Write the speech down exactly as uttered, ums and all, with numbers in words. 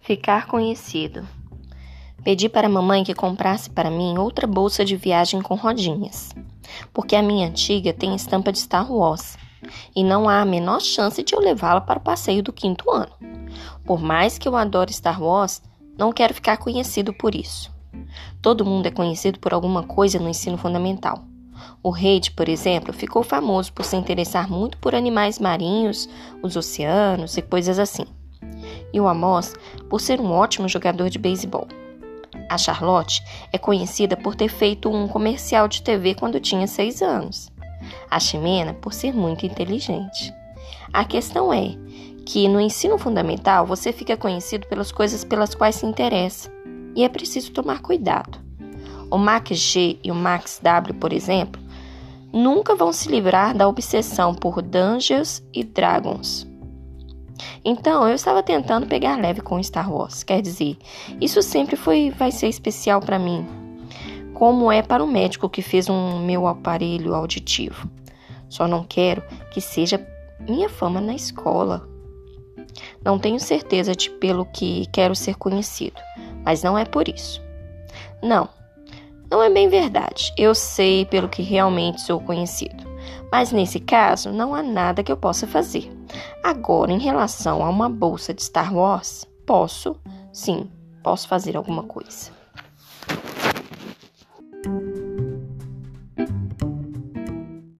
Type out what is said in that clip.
Ficar conhecido. Pedi para a mamãe que comprasse para mim outra bolsa de viagem com rodinhas, porque a minha antiga tem estampa de Star Wars e não há a menor chance de eu levá-la para o passeio do quinto ano. Por mais que eu adore Star Wars, não quero ficar conhecido por isso. Todo mundo é conhecido por alguma coisa no ensino fundamental. O Reid, por exemplo, ficou famoso por se interessar muito por animais marinhos, os oceanos e coisas assim. E o Amos por ser um ótimo jogador de beisebol. A Charlotte é conhecida por ter feito um comercial de T V quando tinha seis anos. A Ximena por ser muito inteligente. A questão é que no ensino fundamental você fica conhecido pelas coisas pelas quais se interessa. E é preciso tomar cuidado. O Max G e o Max W, por exemplo, nunca vão se livrar da obsessão por Dungeons e Dragons. Então, eu estava tentando pegar leve com Star Wars. Quer dizer, isso sempre foi, vai ser especial para mim, como é para o médico que fez um meu aparelho auditivo. Só não quero que seja minha fama na escola. Não tenho certeza de pelo que quero ser conhecido, mas não é por isso. Não, não é bem verdade. Eu sei pelo que realmente sou conhecido. Mas nesse caso, não há nada que eu possa fazer. Agora, em relação a uma bolsa de Star Wars, posso, sim, posso fazer alguma coisa.